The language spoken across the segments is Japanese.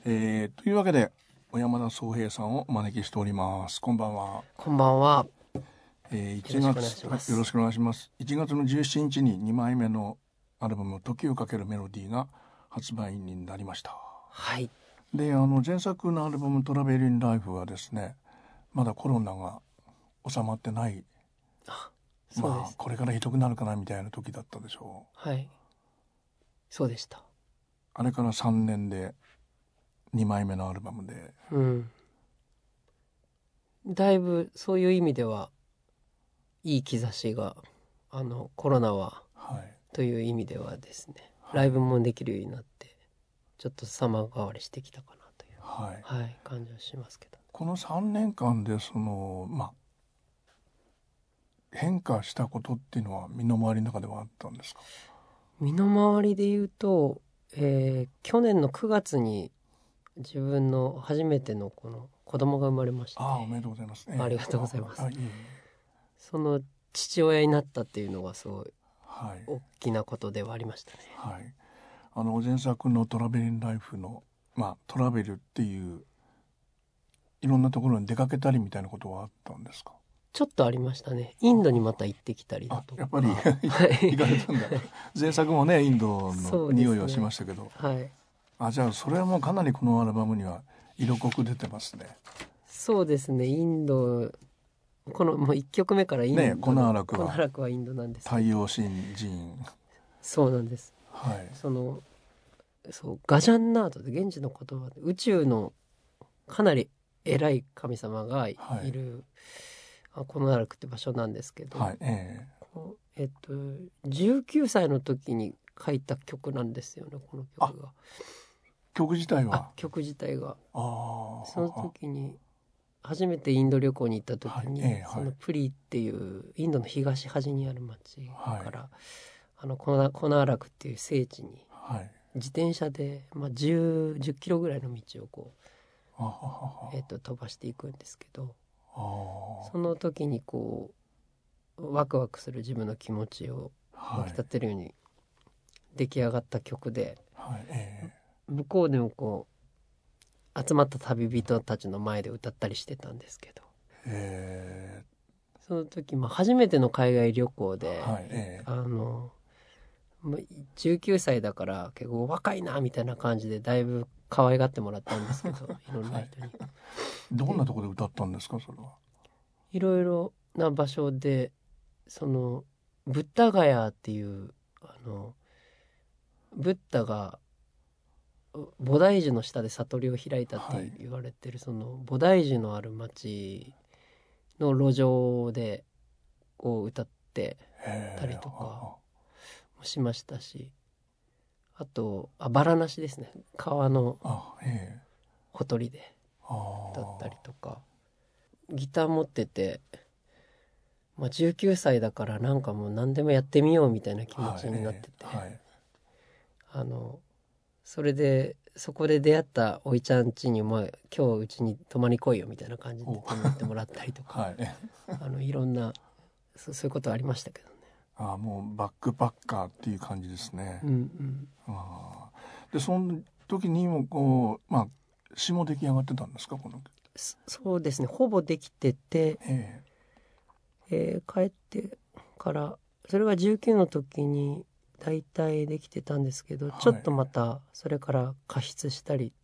というわけで小山田宗平さんをお招きしております。こんばんは。 こんばんは。 1月よろしくお願いします。1月の17日に2枚目のアルバム時をかけるメロディーが発売になりました。 はい。 で前作のアルバムトラベリンライフはですね、まだコロナが収まってない、 そうです。 これからひどくなるかなみたいな時だったでしょう。はい、そうでした。 あれから3年で2枚目のアルバムで、 だいぶそういう意味ではいい兆しがコロナは、という意味ではですね、ライブもできるようになってちょっと様変わりしてきたかなという、感じはしますけど、 この3年間で変化したことっていうのは身の回りの中ではあったんですか？ 身の回りで言うと、去年の9月に自分の初めてのこの子供が生まれまして。 おめでとうございます。 ありがとうございます。その父親になったっていうのがすごい大きなことではありましたね。 前作のトラベリンライフの、トラベルっていういろんなところに出かけたりみたいなことはあったんですか？ ちょっとありましたね。インドにまた行ってきたりだとか。 やっぱり行かれたんだ。前作もねインドの匂いはしましたけど、じゃあそれはもうかなりこのアルバムには色濃く出てますね。 そうですね。インドこのもう1曲目からインドね、 コナーラクはインドなんですけど、 太陽神寺院。 そうなんです。そうガジャンナードで現地の言葉で宇宙のかなり偉い神様がいる、コナーラクって場所なんですけど、19歳の時に書いた曲なんですよね、この曲が。 曲自体がその時に初めてインド旅行に行った時に、そのプリっていうインドの東端にある町から、コナーラクっていう聖地に、自転車で、10キロぐらいの道を飛ばしていくんですけど、その時にワクワクする自分の気持ちを湧き立てるように出来上がった曲で、向こうでも集まった旅人たちの前で歌ったりしてたんですけど、その時、初めての海外旅行で、19歳だから結構若いなみたいな感じでだいぶ可愛がってもらったんですけどいろんな人に、 どんなところで歌ったんですか？それはいろいろな場所で、そのブッダガヤっていうブッダが菩提樹の下で悟りを開いたって言われてる、その菩提樹のある町の路上で歌ってたりとかもしましたし、あとバラナシですね、川のほとりで歌ったりとか、ギター持ってて、19歳だからなんかもう何でもやってみようみたいな気持ちになってて、そこで出会ったおいちゃん家に、今日うちに泊まり来いよみたいな感じで泊まってもらったりとか、いろんなそういうことありましたけどね。 もうバックパッカーっていう感じですね。でその時にも詩も出来上がってたんですか？このそうですね、ほぼできてて、帰ってからそれは19の時に大体できてたんですけど、ちょっとまたそれから加筆したり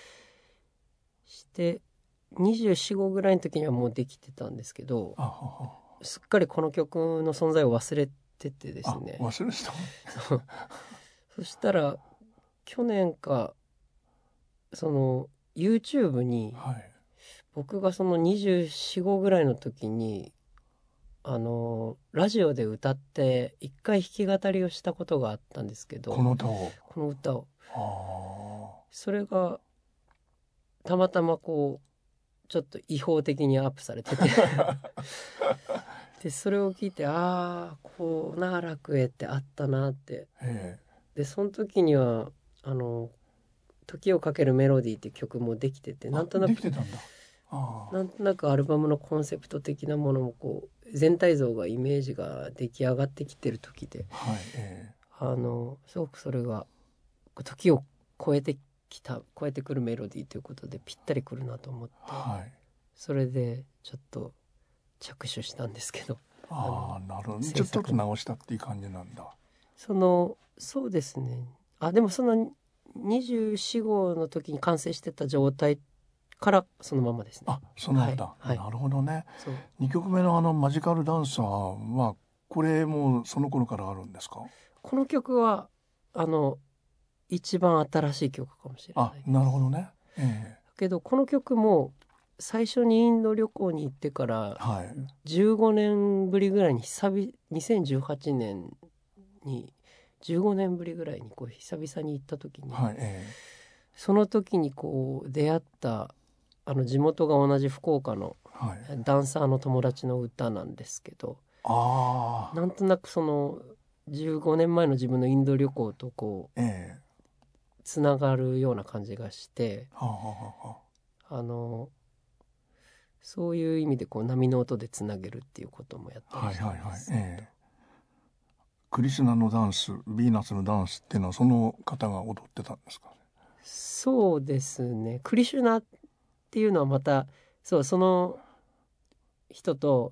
して24、5ぐらいの時にはもうできてたんですけど、すっかりこの曲の存在を忘れててですね。 忘れてたそしたら去年かその YouTube に、僕がその24、5ぐらいの時にラジオで歌って一回弾き語りをしたことがあったんですけど、 この歌をそれがたまたまちょっと違法的にアップされててでそれを聞いて、コナーラクエってあったなって、でその時には時をかけるメロディーっていう曲もできてて、なんとなくアルバムのコンセプト的なものも全体像がイメージが出来上がってきてる時で、すごくそれが時を超えて超えてくるメロディーということでぴったりくるなと思って、 はい、 それでちょっと着手したんですけど、 なるほど、ちょっと直したっていう感じなんだ。 そうですね。でもその24号の時に完成してた状態からそのままですね。 そうなんだ、 はい、 なるほどね。2曲目のマジカルダンサーはこれもその頃からあるんですか？ この曲は一番新しい曲かもしれないです。 なるほどね。 けどこの曲も最初にインド旅行に行ってから15年ぶりぐらいに2018年に15年ぶりぐらいにこう久々に行った時に、その時にこう出会った地元が同じ福岡のダンサーの友達の歌なんですけど、なんとなくその15年前の自分のインド旅行とこうつながるような感じがして、そういう意味でこう波の音でつなげるっていうこともやったりしたんです。 クリシュナのダンス、ヴィーナスのダンスっていうのはその方が踊ってたんですかね？ そうですね。クリシュナっていうのはまたその人と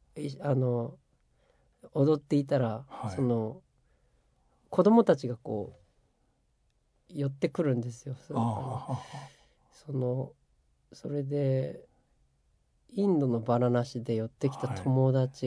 踊っていたら、その子供たちがこう寄ってくるんですよ。それでインドのバラナシで寄ってきた友達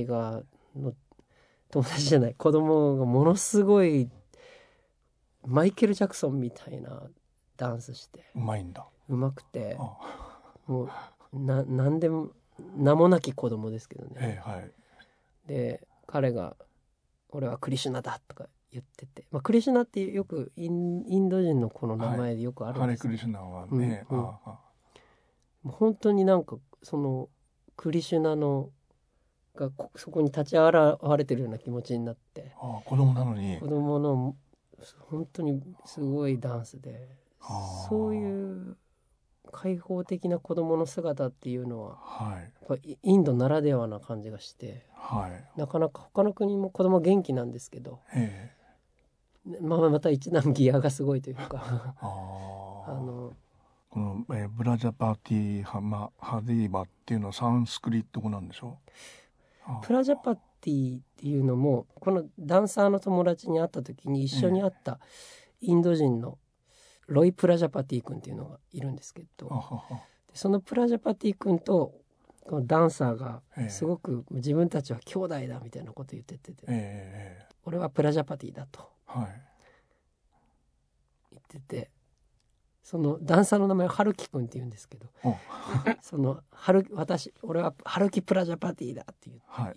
じゃない子供がものすごいマイケル・ジャクソンみたいなダンスしてうまいんだ。 うまくて、もうなんでも名もなき子供ですけどね、で彼が俺はクリシュナだとか言ってて、クリシュナってよくインド人の子の名前でよくあるんです、 ハレクリシュナはね、 本当になんかそのクリシュナのがそこに立ち現れてるような気持ちになって、 子供なのに子供の本当にすごいダンスで、そういう開放的な子供の姿っていうのは、やっぱインドならではな感じがして、なかなか他の国も子供元気なんですけど、また一段ギアがすごいというかこの、ブラジャパティハディーバっていうのはサンスクリット語なんでしょ？ プラジャパティっていうのもこのダンサーの友達に会った時に一緒に会ったインド人のロイ・プラジャパティ君っていうのがいるんですけど、そのプラジャパティ君とこのダンサーがすごく自分たちは兄弟だみたいなこと言ってて、俺はプラジャパティだと言ってて、そのダンサーの名前はハルキ君って言うんですけどその俺はハルキプラジャパティだって言って、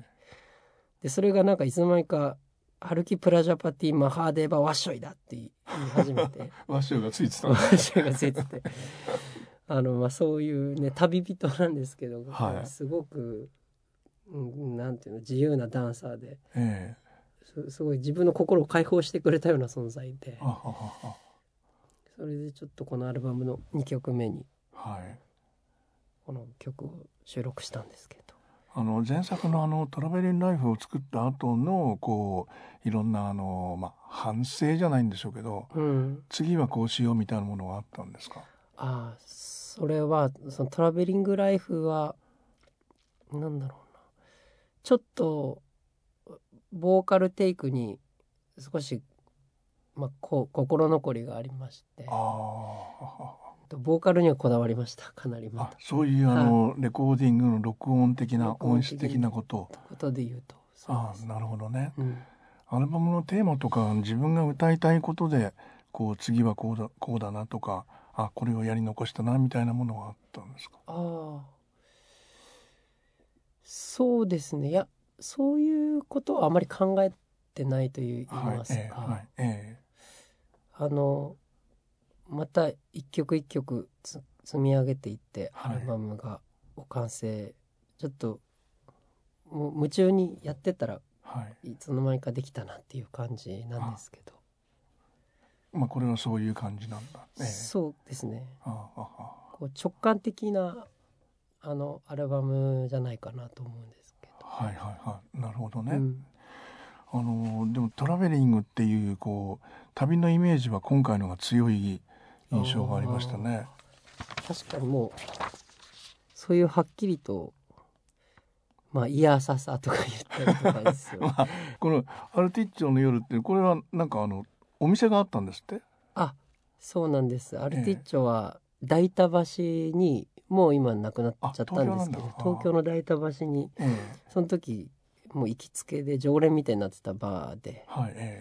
でそれがなんかいつの間にかハルキプラジャパティマハーデーバワッショイだって言い始めてワッショイがついてたワッショイがついててそういうね旅人なんですけど、すごく、なんていうの自由なダンサーで、すごい自分の心を解放してくれたような存在で、それでちょっとこのアルバムの2曲目にこの曲を収録したんですけど、 前作のトラベリンライフを作った後のこういろんな反省じゃないんでしょうけど、次はこうしようみたいなものがあったんですか？ それはそのトラベリングライフはなんだろうな、ちょっとボーカルテイクに少し心残りがありまして、ボーカルにはこだわりました。かなりまたそういうレコーディングの録音的な音質的なことで言うとなるほどね、アルバムのテーマとか自分が歌いたいことでこう次はこうだなとかこれをやり残したなみたいなものがあったんですか？ そうですね、いやそういうことはあまり考えてないと言いますか、また一曲一曲積み上げていってアルバムが完成、ちょっともう夢中にやってたら、いつの間にかできたなっていう感じなんですけど、 これはそういう感じなんだね。 そうですね、こう直感的なアルバムじゃないかなと思うんですけど。 なるほどね、でもトラベリングっていうこう旅のイメージは今回のが強い印象がありましたね。 確かにもうそういうはっきりといやささとか言ったりとかですよ、 このアルティッチョの夜ってこれはなんかお店があったんですって。 そうなんです。アルティッチョは代田橋にもう今なくなっちゃったんですけど、東京の代田橋に、その時もう行きつけで常連みたいになってたバーで、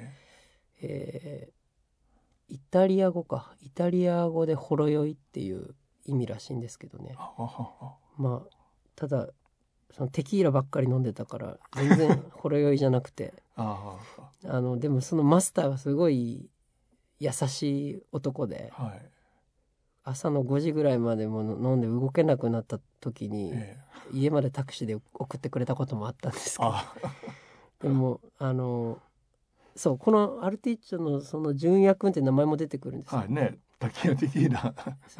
イタリア語でほろ酔いっていう意味らしいんですけどね。ただそのテキーラばっかり飲んでたから全然ほろ酔いじゃなくてでもそのマスターはすごい優しい男で、朝の5時ぐらいまでも飲んで動けなくなった時に、家までタクシーで送ってくれたこともあったんですけどでもそうこのアルティッチョのその純也君って名前も出てくるんですよね。テキーラ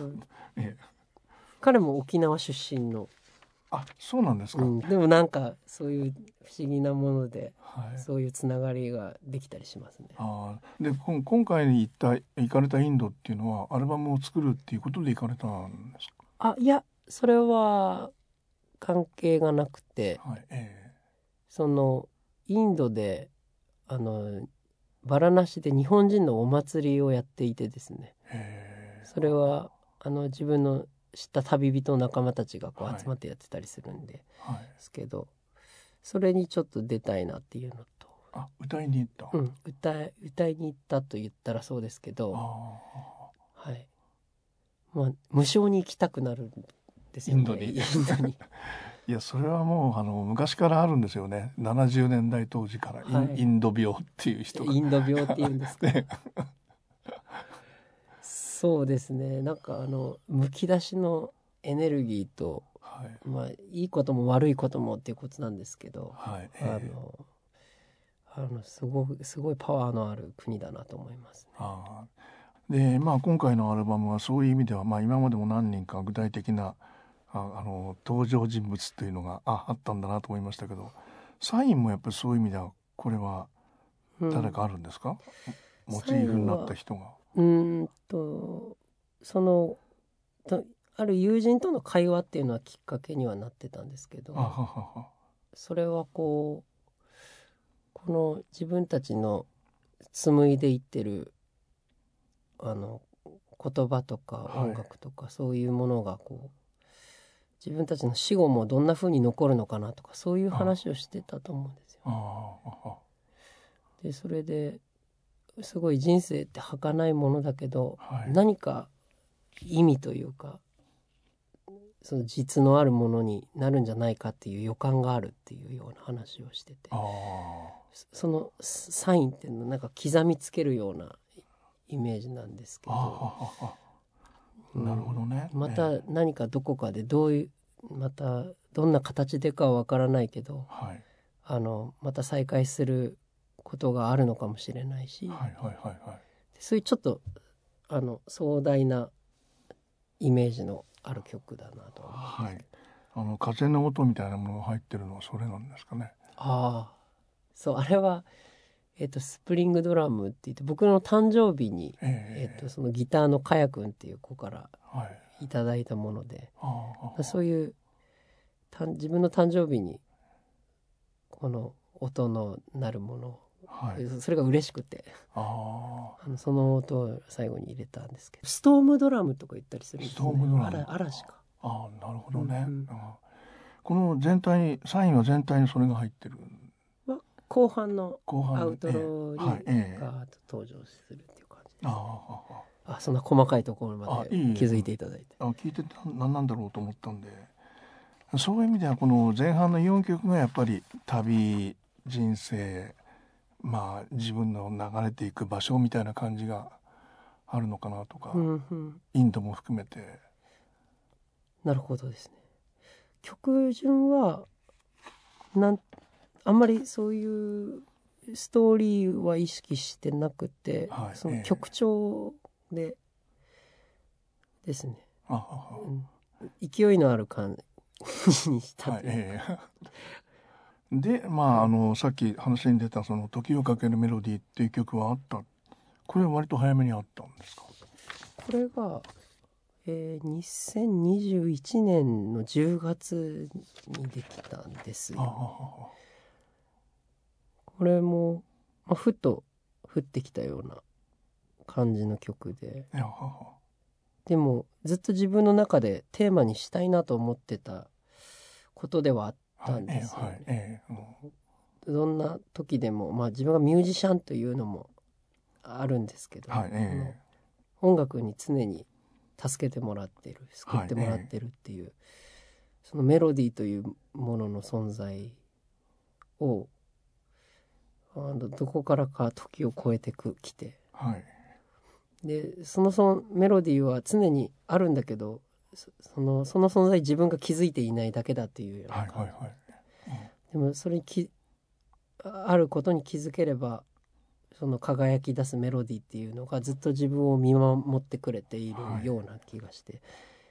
彼も沖縄出身の。 そうなんですか。 でもなんかそういう不思議なもので、そういうつながりができたりしますね。 で今回に行かれたインドっていうのはアルバムを作るっていうことで行かれたんですか。 いやそれは関係がなくて、そのインドでバラナシで日本人のお祭りをやっていてですね、それは自分の知った旅人仲間たちがこう集まってやってたりするんですけど、それにちょっと出たいなっていうのと、 歌いに行った、 歌いに行ったと言ったらそうですけど、無償に行きたくなるんですよね、インドにいやそれはもう昔からあるんですよね。70年代当時から、インド病っていう人が。 インド病っていうんですかそうですね。なんかむき出しのエネルギーと、いいことも悪いこともっていうことなんですけど、すごいパワーのある国だなと思いますね。で今回のアルバムはそういう意味では、今までも何人か具体的な登場人物というのがあったんだなと思いましたけど、サインもやっぱりそういう意味ではこれは誰かあるんですか、モチーフになった人が。 そのある友人との会話っていうのはきっかけにはなってたんですけど、それはこの自分たちの紡いでいってる言葉とか音楽とか、そういうものが自分たちの死後もどんな風に残るのかなとか、そういう話をしてたと思うんですよ。でそれですごい人生って儚いものだけど、何か意味というかその実のあるものになるんじゃないかっていう予感があるっていうような話をしてて、そのサインっていうのをなんか刻みつけるようなイメージなんですけど、 なるほどね。 また何かどこかでまたどんな形でかはわからないけど、また再会することがあるのかもしれないし、そういうちょっと壮大なイメージのある曲だなと思います。 風の音みたいなものが入ってるのはそれなんですかね。 そうあれは、スプリングドラムって言って、僕の誕生日に、そのギターのかやくんっていう子からいただいたもので、そういう自分の誕生日にこの音のなるものを、それが嬉しくてその音を最後に入れたんですけど、ストームドラムとか言ったりするんですね。 ストームドラム、 嵐か。 なるほどね。この全体サインは全体にそれが入ってる。 後半のアウトロにガーッと登場するっていう感じです。そんな細かいところまで気づいていただいて、 聞いて何なんだろうと思ったんで、そういう意味ではこの前半の4曲がやっぱり旅、人生、自分の流れていく場所みたいな感じがあるのかなとか、インドも含めて。 なるほどですね。曲順はあんまりそういうストーリーは意識してなくて、その曲調ですね、勢いのある感じにしたというか。 でさっき話に出たその時をかけるメロディーっていう曲はあった。これは割と早めにあったんですか。 ここれが、2021年の10月にできたんですよ。これも、ふと降ってきたような感じの曲で、でもずっと自分の中でテーマにしたいなと思ってたことではあったんですよね。どんな時でも、自分がミュージシャンというのもあるんですけど、音楽に常に助けてもらってる、救ってもらってるっていう、そのメロディーというものの存在をどこからか時を超えてきて、でそのメロディーは常にあるんだけど、その存在自分が気づいていないだけだっていうような感じ、でもそれにあることに気づければ、その輝き出すメロディーっていうのがずっと自分を見守ってくれているような気がして、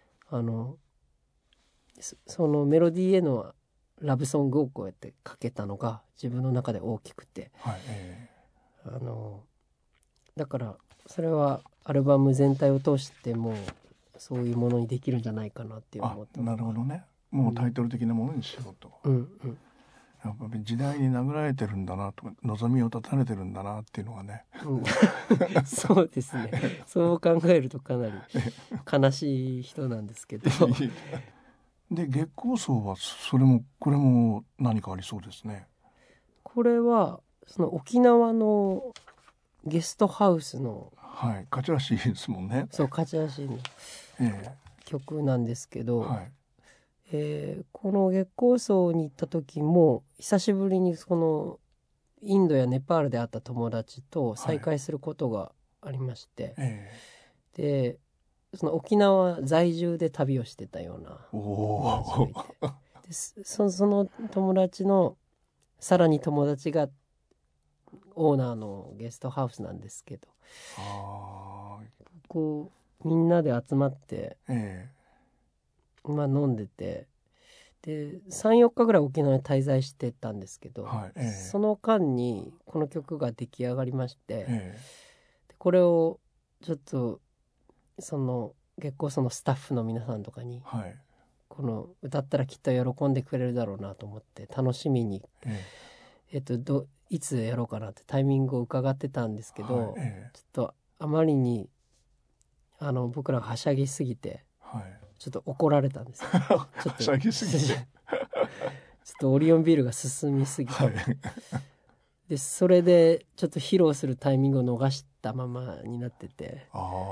そのメロディーへのラブソングをこうやってかけたのが自分の中で大きくて、だからそれはアルバム全体を通してもそういうものにできるんじゃないかなって思った。 なるほどね。もうタイトル的なものにしようと、やっぱり時代に殴られてるんだなとか、望みを絶たれてるんだなっていうのがね、 そうですね。そう考えるとかなり悲しい人なんですけどで月光荘はこれも何かありそうですね。 これはその沖縄のゲストハウスの、 勝ち橋ですもんね。 そう、勝ち橋の曲なんですけど、この月光荘に行った時も久しぶりにそのインドやネパールで会った友達と再会することがありまして、でその沖縄在住で旅をしてたような友達がいて、でその友達のさらに友達がオーナーのゲストハウスなんですけど、こうみんなで集まって、飲んでて、で 3,4 日ぐらい沖縄に滞在してたんですけど、その間にこの曲が出来上がりまして、でこれをちょっとその月光荘のスタッフの皆さんとかに、この歌ったらきっと喜んでくれるだろうなと思って楽しみに、いつやろうかなってタイミングを伺ってたんですけど、ちょっとあまりに僕らがはしゃぎすぎて、ちょっと怒られたんですよ。ちょっとはしゃぎすぎてちょっとオリオンビールが進みすぎて、でそれでちょっと披露するタイミングを逃したままになってて、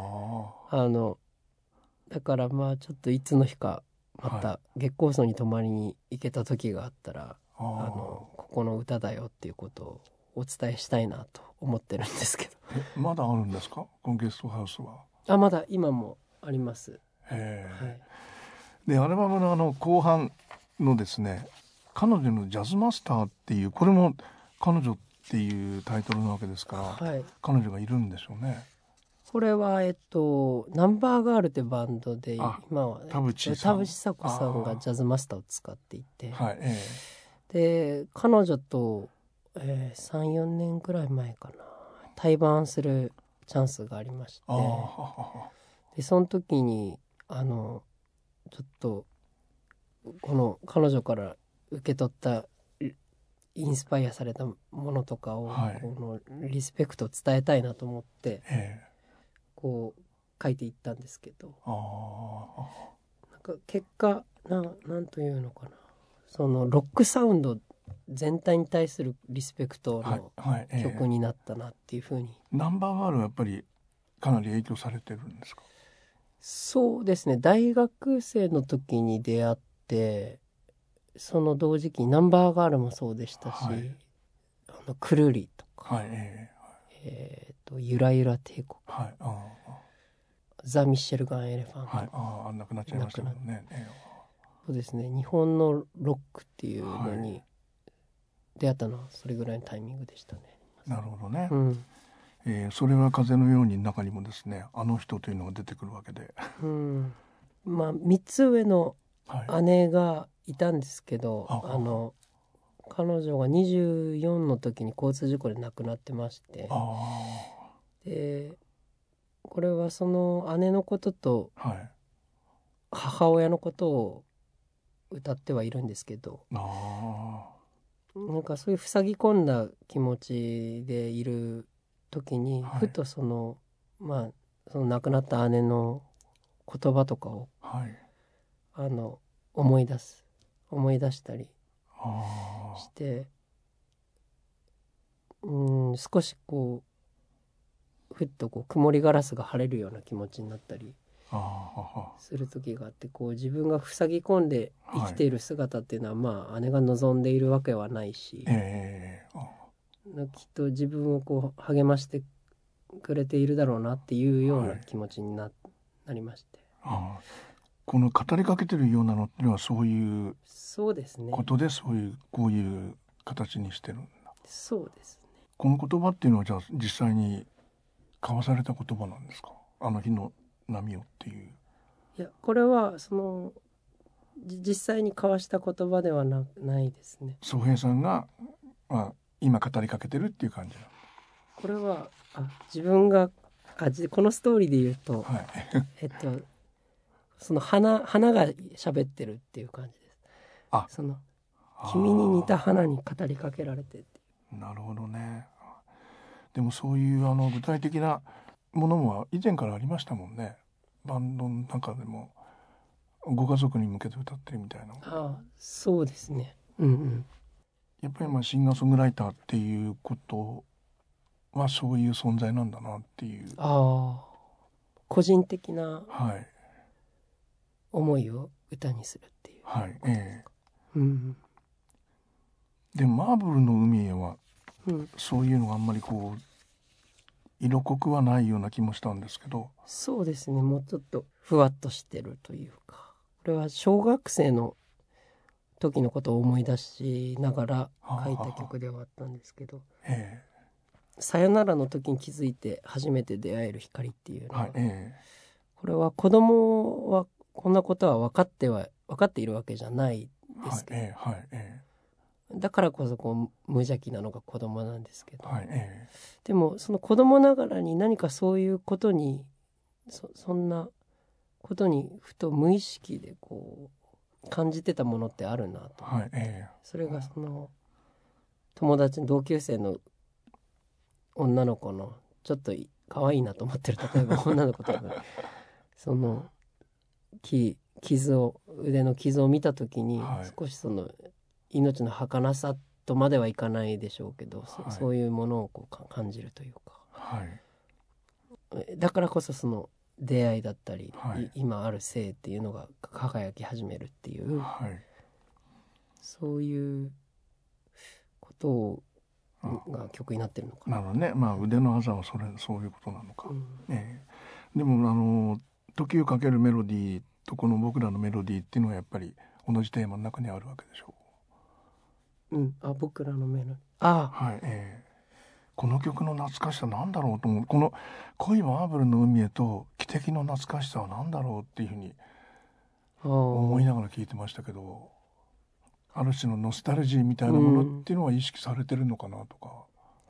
だからちょっといつの日かまた月光荘に泊まりに行けた時があったら、ここの歌だよっていうことをお伝えしたいなと思ってるんですけど。 まだあるんですか、このゲストハウスは。 まだ今もあります。 でアルバムの後半のですね、彼女のジャズマスターっていう、これも彼女っていうタイトルなわけですから、彼女がいるんでしょうね。これはナンバーガールってバンドで、今は田淵佐子さんがジャズマスターを使っていて、で彼女と、3,4 年くらい前かな、対バンするチャンスがありまして、でその時にちょっとこの彼女から受け取ったインスパイアされたものとかを、このリスペクトを伝えたいなと思って、こう書いていったんですけど、なんか結果なんというのかな、そのロックサウンド全体に対するリスペクトの曲になったなっていうふうに、 ナンバーガールはやっぱりかなり影響されてるんですか。 そうですね、大学生の時に出会って、その同時期にナンバーガールもそうでしたし、くるりとか、ゆらゆら帝国、ザ・ミッシェルガン・エレファント、 亡くなっちゃいましたけどね。 そうですね、日本のロックっていうのに出会ったのはそれぐらいのタイミングでしたね。 なるほどね。それは風のように中にもですね、あの人というのが出てくるわけで、 3つ上の姉がいたんですけど、彼女が24の時に交通事故で亡くなってまして、でこれはその姉のこととはい母親のことを歌ってはいるんですけど、 あなんかそういう塞ぎ込んだ気持ちでいる時に、 はいふとそのその亡くなった姉の言葉とかをはいあの思い出したりあして、少しこうふっとこう曇りガラスが晴れるような気持ちになったりあする時があって、こう自分が塞ぎ込んで生きている姿っていうのは、まあ姉が望んでいるわけはないし、きっと自分をこう励ましてくれているだろうなっていうような気持ちになりまして、 この語りかけてるようなのっていうのはそういうそうですね、 ことでこういう形にしてるんだ。 そうですね。 この言葉っていうのはじゃあ実際に交わされた言葉なんですか？あの日の波をっていう。 いや、これはその実際に交わした言葉ではないですね。 宗平さんが、今語りかけてるっていう感じなの。 これは自分がこのストーリーで言うと、 はいその花が喋ってるっていう感じです。その君に似た花に語りかけられてって。 なるほどね。でもそういう具体的なものも以前からありましたもんね。バンドの中でもご家族に向けて歌ってるみたいな。 そうですね。 やっぱりシンガーソングライターっていうことはそういう存在なんだなっていう。 個人的なはい思いを歌にするっていうはいでマーブルの海へは、そういうのがあんまりこう色濃くはないような気もしたんですけど。 そうですね、もうちょっとふわっとしてるというか、これは小学生の時のことを思い出しながら書いた曲ではあったんですけど、さよならの時に気づいて初めて出会える光っていうのは、これは子供はこんなことは分かっているわけじゃないですけど、だからこそこう無邪気なのが子供なんですけど、でもその子供ながらに何かそういうことにそんなことにふと無意識でこう感じてたものってあるなと、それがその友達の同級生の女の子のちょっと可愛いなと思ってる例えば女の子とかその腕の傷を見た時に、少しその命の儚さとまではいかないでしょうけど、そういうものをこう感じるというか、だからこそその出会いだったり、今ある性っていうのが輝き始めるっていう、そういうことをが曲になってるのかな。 なるほどね。腕の技はそういうことなのか。でも時をかけるメロディーとこの僕らのメロディーっていうのはやっぱり同じテーマの中にあるわけでしょう。 僕らのメロディー。この曲の懐かしさなんだろうと思う。この恋はマーブルの海へと汽笛の懐かしさはなんだろうっていうふうに思いながら聴いてましたけど、ある種のノスタルジーみたいなものっていうのは意識されてるのかなとか。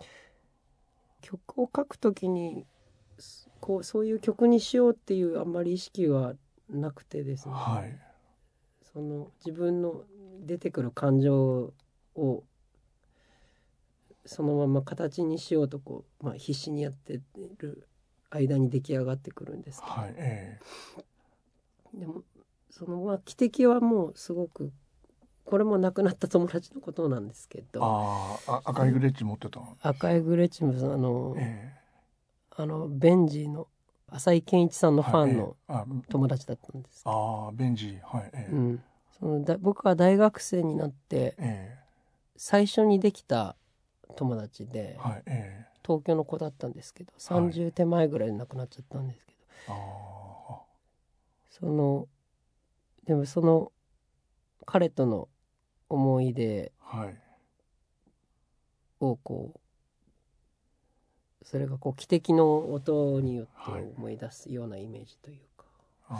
曲を書くときにそういう曲にしようっていうあんまり意識はなくてですね、その自分の出てくる感情をそのまま形にしようと必死にやってる間に出来上がってくるんですけど、でもその汽笛はもうすごくこれも亡くなった友達のことなんですけど、 赤いグレッチ持ってた。 赤いグレッチもベンジーの浅井健一さんのファンの友達だったんですけど、 ベンジー、 僕は大学生になって、最初にできた友達で、東京の子だったんですけど、30手前ぐらいで亡くなっちゃったんですけど、でもその彼との思い出をそれが汽笛の音によって思い出すようなイメージというか、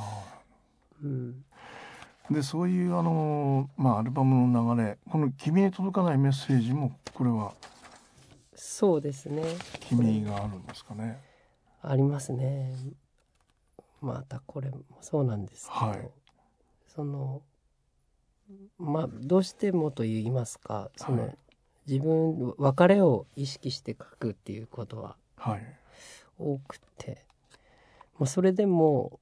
でそういうアルバムの流れ、この「君へ届かないメッセージ」もこれはそうですね、 君があるんですかね。 ありますね。またこれもそうなんですけど、 はい、 そのどうしてもと言いますか、 はい、 自分別れを意識して書くっていうことははい、 多くて、それでも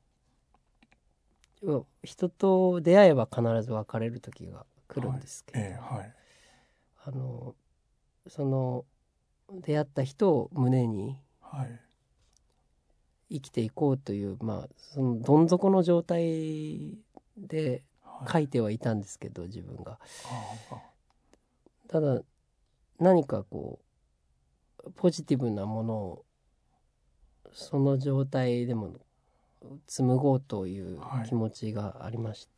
人と出会えば必ず別れる時が来るはい、 んですけど、 はい、 あのその出会った人を胸にはい、 生きていこうという、そのどん底の状態ではい、 書いてはいたんですけど、自分がああ、 ただ何かポジティブなものをその状態でも紡ごうというはい。 気持ちがありまして、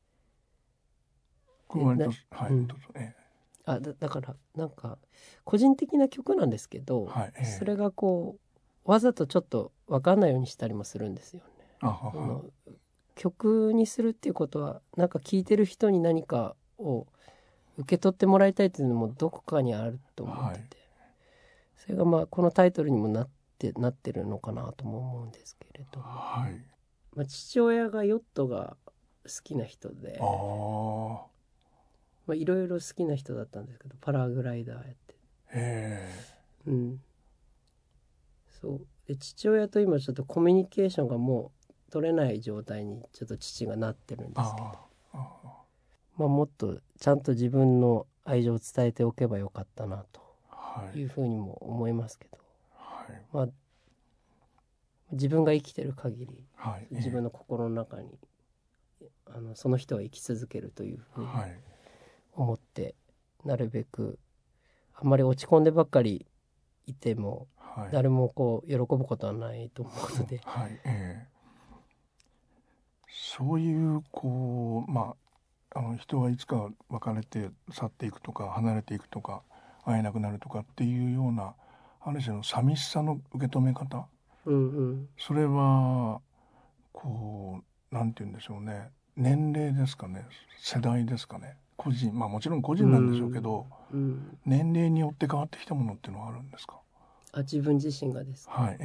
これ割と、はい、 うん、 どうぞ、 だからなんか個人的な曲なんですけど、 はい、 それがわざとちょっと分かんないようにしたりもするんですよね。 あはは、 曲にするっていうことはなんか聴いてる人に何かを受け取ってもらいたいっていうのもどこかにあると思ってて、 はい、 それがこのタイトルにもなってるのかなとも思うんですけれども、 はい、 父親がヨットが好きな人あで、 あ、 いろいろ好きな人だったんですけど、パラグライダーやって、 えうん、そうで父親と今ちょっとコミュニケーションがもう取れない状態にちょっと父がなってるんですけど、もっとちゃんと自分の愛情を伝えておけばよかったなとはい、 いうふうにも思いますけど、 はい、 自分が生きてる限りはい、 自分の心の中にその人は生き続けるというふうにはい、 思って、なるべくあんまり落ち込んでばっかりいてもはい、 誰も喜ぶことはないと思うので、 はい、そういう人はいつか別れて去っていくとか離れていくとか会えなくなるとかっていうようなある種の寂しさの受け止め方、 うんうん、 それはなんて言うんでしょうね、年齢ですかね、世代ですかね、個人、もちろん個人なんでしょうけど、 うん、 年齢によって変わってきたものっていうのはあるんですか？ 自分自身がですか？ はい、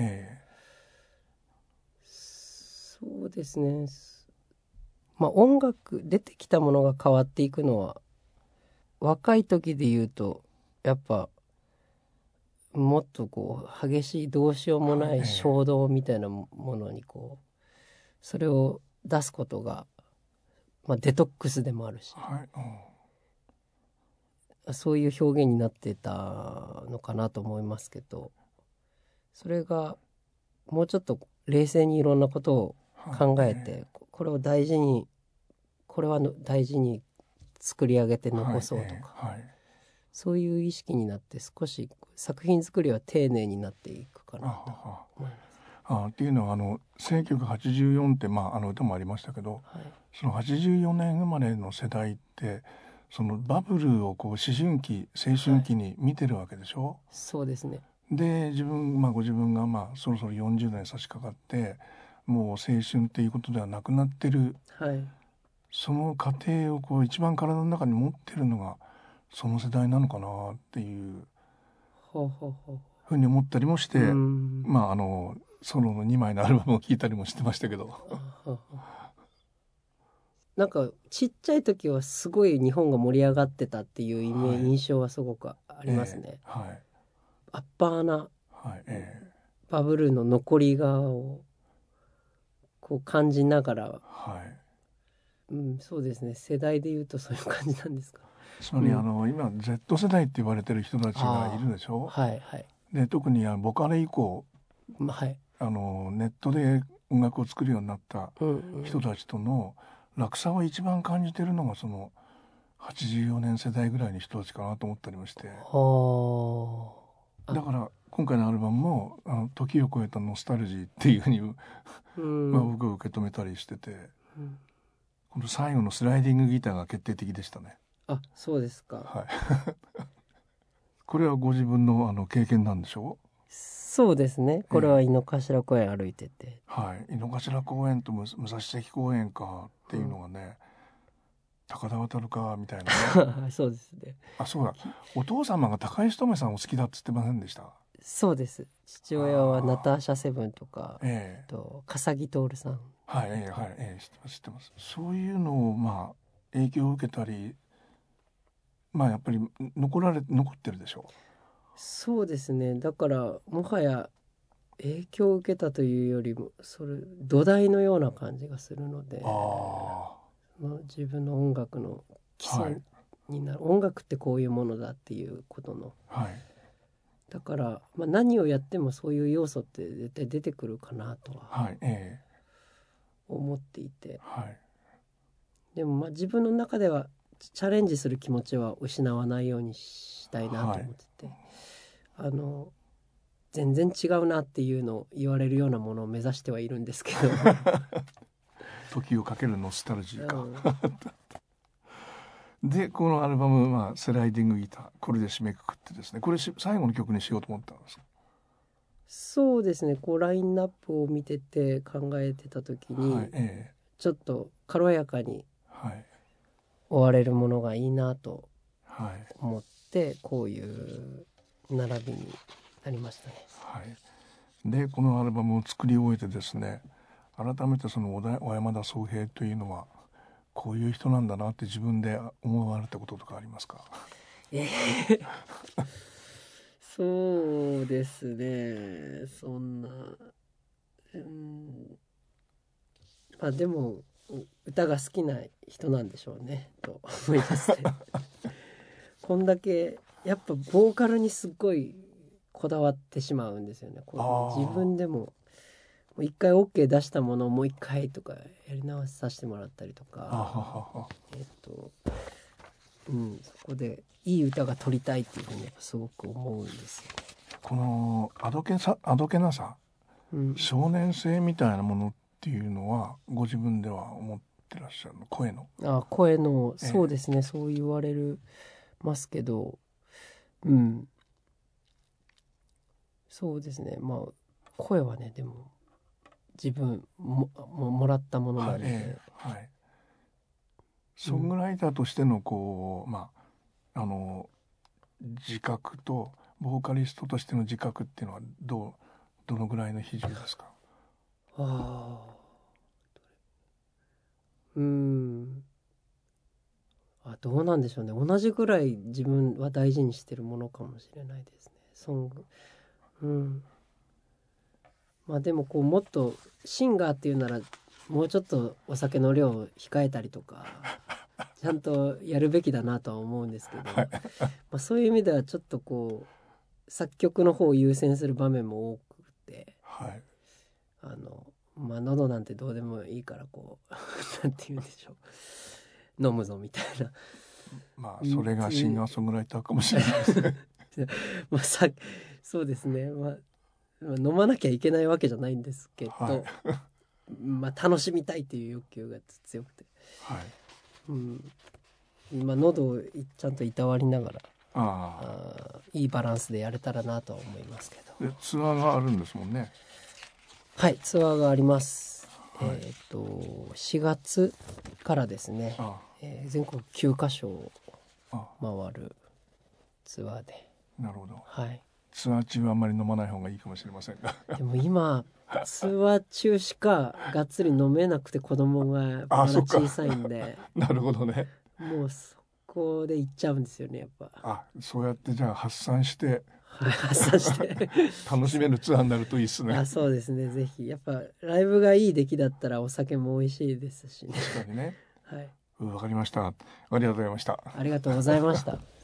そうですね。音楽出てきたものが変わっていくのは若い時で言うとやっぱもっと激しいどうしようもない衝動みたいなものにそれを出すことが、デトックスでもあるし、 はい、 そういう表現になってたのかなと思いますけど、それがもうちょっと冷静にいろんなことを考えて、これを大事に大事に作り上げて残そうとか、 はい、 そういう意識になって少し作品作りは丁寧になっていくかなと思います。 っていうのは1984って、歌もありましたけど、 はい、 その84年生まれの世代ってそのバブルを思春期青春期に見てるわけでしょ、はい、 そうですね。 でご自分がそろそろ40代に差し掛かってもう青春っていうことではなくなってる、 はい、 その過程を一番体の中に持ってるのがその世代なのかなっていうほうほうほう、 ふうに思ったりもして、 うん、 ソロの2枚のアルバムを聴いたりもしてましたけどなんかちっちゃい時はすごい日本が盛り上がってたっていうはい、 印象はすごくありますね。 はい、 アッパーなはい、 バブルの残り側を感じながら、 はい、 そうですね、世代で言うとそういう感じなんですか。 つまり今 Z 世代って言われてる人たちがいるでしょ。 はいはい、 で特にボカロ以降はい、 ネットで音楽を作るようになった人うんたちとの落差を一番感じてるのがその84年世代ぐらいの人たちかなと思ったりもして、だから今回のアルバムも時を超えたノスタルジーっていうふうに僕は受け止めたりしてて、この最後のスライディングギターが決定的でしたね。 あ、そうですか。 はいこれはご自分の経験なんでしょう？ そうですね。これは井の頭公園歩いてて、 はい、井の頭公園と武蔵関公園かっていうのがね、高田渡るかみたいなねそうですね。 そうだ、お父様が高石とめさんを好きだっつってませんでした？ そうです。父親はナターシャセブンとか、 ええ笠木徹さん。 はい、はい、知ってます、知ってます。そういうのをまあ影響を受けたり、まあやっぱり残ってるでしょそうですね。だからもはや影響を受けたというよりもそれ土台のような感じがするので、 う。あ自分の音楽の基あ、は礎い、 になる、音楽ってこういうものだっていうことの、 はい、 だから、何をやってもそういう要素って絶対出てくるかなとははい、 思っていて、 はい、 でも自分の中ではチャレンジする気持ちは失わないようにしたいなと思ってて、全然違うなっていうのを言われるようなものを目指してはいるんですけど時をかけるノスタルジーか、 うんでこのアルバム、まあ、スライディングギター、これで締めくくってですね、これ最後の曲にしようと思ったんですか？ そうですね、こうラインナップを見てて考えてた時に、 はい、 ちょっと軽やかにはい、 終われるものがいいなとはい、 思ってこういう並びになりましたね。 はい。でこのアルバムを作り終えてですね、改めてその小山田宗平というのはこういう人なんだなって自分で思われたこととかありますか？ そうですね、そんな、うん、でも歌が好きな人なんでしょうねと思いますねこんだけやっぱボーカルにすっごいこだわってしまうんですよね。自分でも一回 OK 出したものをもう一回とかやり直させてもらったりとか、そこでいい歌が撮りたいっていうふうにやっぱすごく思うんですよね。 このあどけなさ、少年性みたいなものっていうのはご自分では思ってらっしゃるの？声のそうですね、そう言われますけど、そうですね、声はねでも自分もらったものなので、 ソングライターとしてのこう自覚とボーカリストとしての自覚っていうのはどのぐらいの比重ですか？ どうなんでしょうね。同じぐらい自分は大事にしてるものかもしれないですね、ソング。でもこうもっとシンガーっていうならもうちょっとお酒の量を控えたりとかちゃんとやるべきだなとは思うんですけどそういう意味ではちょっとこう作曲の方を優先する場面も多くて、喉なんてどうでもいいからこうなんて言うんでしょう、飲むぞみたいな。 それがシンガーソングライターかもしれないですねそうですね、飲まなきゃいけないわけじゃないんですけど、楽しみたいっていう欲求が強くて、喉をちゃんといたわりながらいいバランスでやれたらなとは思いますけど。 ツアーがあるんですもんね。 はい、ツアーがあります。4月からですね、全国9カ所を回るツアーで。 なるほど。 はい。 ツアー中はあんまり飲まない方がいいかもしれませんがでも今ツアー中しかがっつり飲めなくて、子供がまだ小さいんでなるほどね。 もうそこで行っちゃうんですよね、やっぱ。 そうやってじゃあ発散して楽しめるツアーになるといいですね。 そうですね、ぜひ。やっぱライブがいい出来だったらお酒も美味しいですしね。 確かにね。 はい。 わかりました。ありがとうございました。 ありがとうございました。